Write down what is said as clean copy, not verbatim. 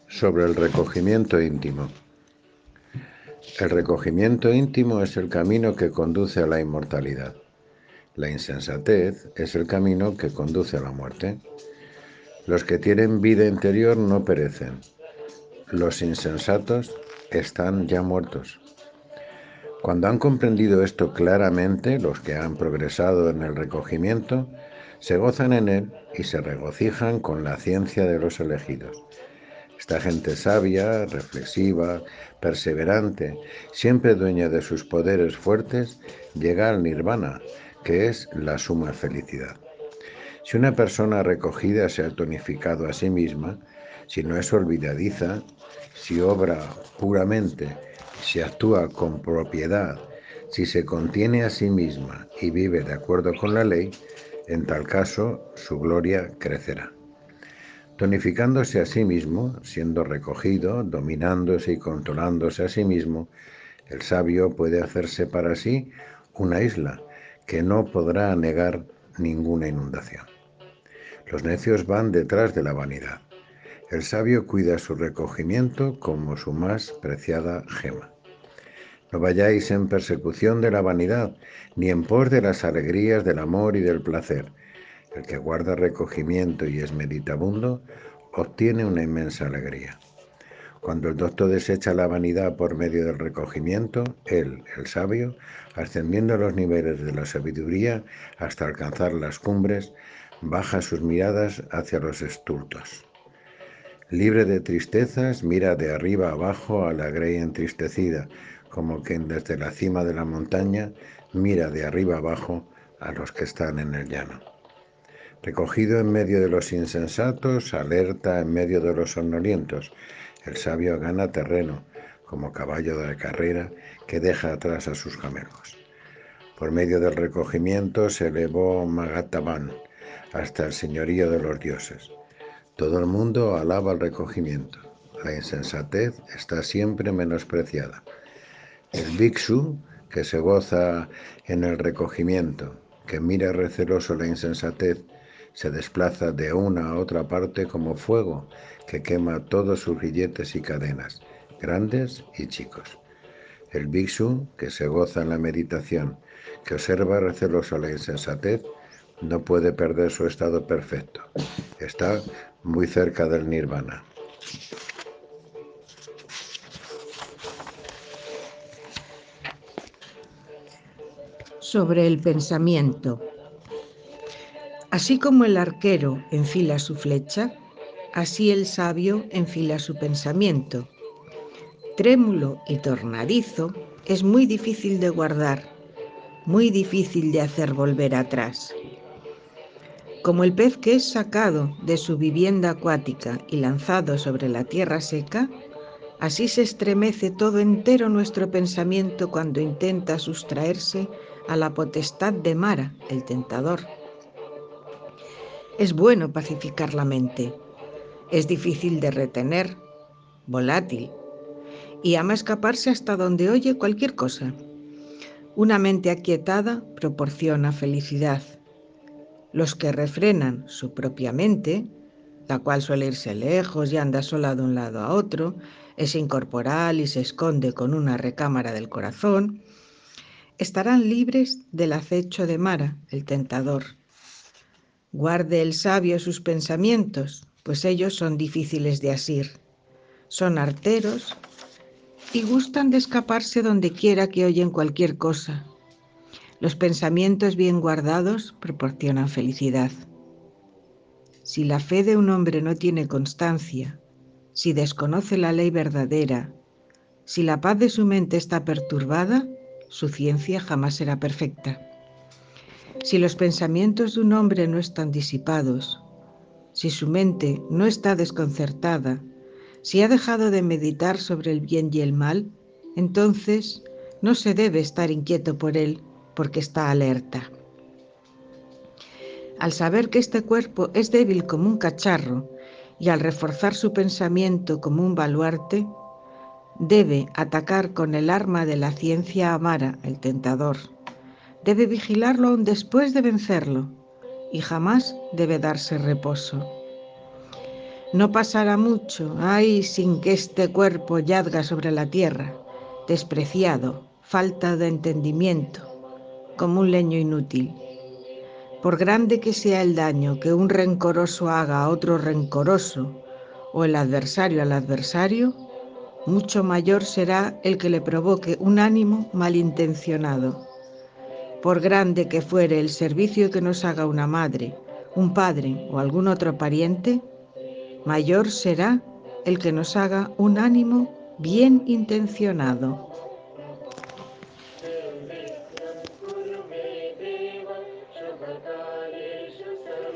Sobre el recogimiento íntimo. El recogimiento íntimo es el camino que conduce a la inmortalidad. La insensatez es el camino que conduce a la muerte. Los que tienen vida interior no perecen. Los insensatos están ya muertos. Cuando han comprendido esto claramente, los que han progresado en el recogimiento, se gozan en él y se regocijan con la ciencia de los elegidos. Esta gente sabia, reflexiva, perseverante, siempre dueña de sus poderes fuertes, llega al nirvana, que es la suma felicidad. Si una persona recogida se ha tonificado a sí misma, si no es olvidadiza, si obra puramente, si actúa con propiedad, si se contiene a sí misma y vive de acuerdo con la ley, en tal caso su gloria crecerá. Tonificándose a sí mismo, siendo recogido, dominándose y controlándose a sí mismo, el sabio puede hacerse para sí una isla que no podrá negar ninguna inundación. Los necios van detrás de la vanidad. El sabio cuida su recogimiento como su más preciada gema. No vayáis en persecución de la vanidad, ni en pos de las alegrías del amor y del placer. El que guarda recogimiento y es meditabundo, obtiene una inmensa alegría. Cuando el docto desecha la vanidad por medio del recogimiento, él, el sabio, ascendiendo a los niveles de la sabiduría hasta alcanzar las cumbres, baja sus miradas hacia los estultos. Libre de tristezas, mira de arriba abajo a la grey entristecida, como quien desde la cima de la montaña mira de arriba abajo a los que están en el llano. Recogido en medio de los insensatos, alerta en medio de los somnolientos, el sabio gana terreno, como caballo de carrera que deja atrás a sus gemelos. Por medio del recogimiento se elevó Magatavan hasta el señorío de los dioses. Todo el mundo alaba el recogimiento. La insensatez está siempre menospreciada. El bhikshu, que se goza en el recogimiento, que mira receloso la insensatez, se desplaza de una a otra parte como fuego que quema todos sus grilletes y cadenas, grandes y chicos. El bhikshu, que se goza en la meditación, que observa receloso la insensatez, no puede perder su estado perfecto. Está muy cerca del nirvana. Sobre el pensamiento. Así como el arquero enfila su flecha, así el sabio enfila su pensamiento. Trémulo y tornadizo, es muy difícil de guardar, muy difícil de hacer volver atrás. Como el pez que es sacado de su vivienda acuática y lanzado sobre la tierra seca, así se estremece todo entero nuestro pensamiento cuando intenta sustraerse a la potestad de Mara, el tentador. Es bueno pacificar la mente, es difícil de retener, volátil, y ama escaparse hasta donde oye cualquier cosa. Una mente aquietada proporciona felicidad. Los que refrenan su propia mente, la cual suele irse lejos y anda sola de un lado a otro, es incorporal y se esconde con una recámara del corazón, estarán libres del acecho de Mara, el tentador. Guarde el sabio sus pensamientos, pues ellos son difíciles de asir. Son arteros y gustan de escaparse donde quiera que oyen cualquier cosa. Los pensamientos bien guardados proporcionan felicidad. Si la fe de un hombre no tiene constancia, si desconoce la ley verdadera, si la paz de su mente está perturbada, su ciencia jamás será perfecta. Si los pensamientos de un hombre no están disipados, si su mente no está desconcertada, si ha dejado de meditar sobre el bien y el mal, entonces no se debe estar inquieto por él, porque está alerta. Al saber que este cuerpo es débil como un cacharro y al reforzar su pensamiento como un baluarte, debe atacar con el arma de la ciencia a Mara, el tentador. Debe vigilarlo aún después de vencerlo y jamás debe darse reposo. No pasará mucho, ay, sin que este cuerpo yazga sobre la tierra, despreciado, falta de entendimiento, como un leño inútil. Por grande que sea el daño que un rencoroso haga a otro rencoroso, o el adversario al adversario, mucho mayor será el que le provoque un ánimo malintencionado. Por grande que fuere el servicio que nos haga una madre, un padre o algún otro pariente, mayor será el que nos haga un ánimo bien intencionado.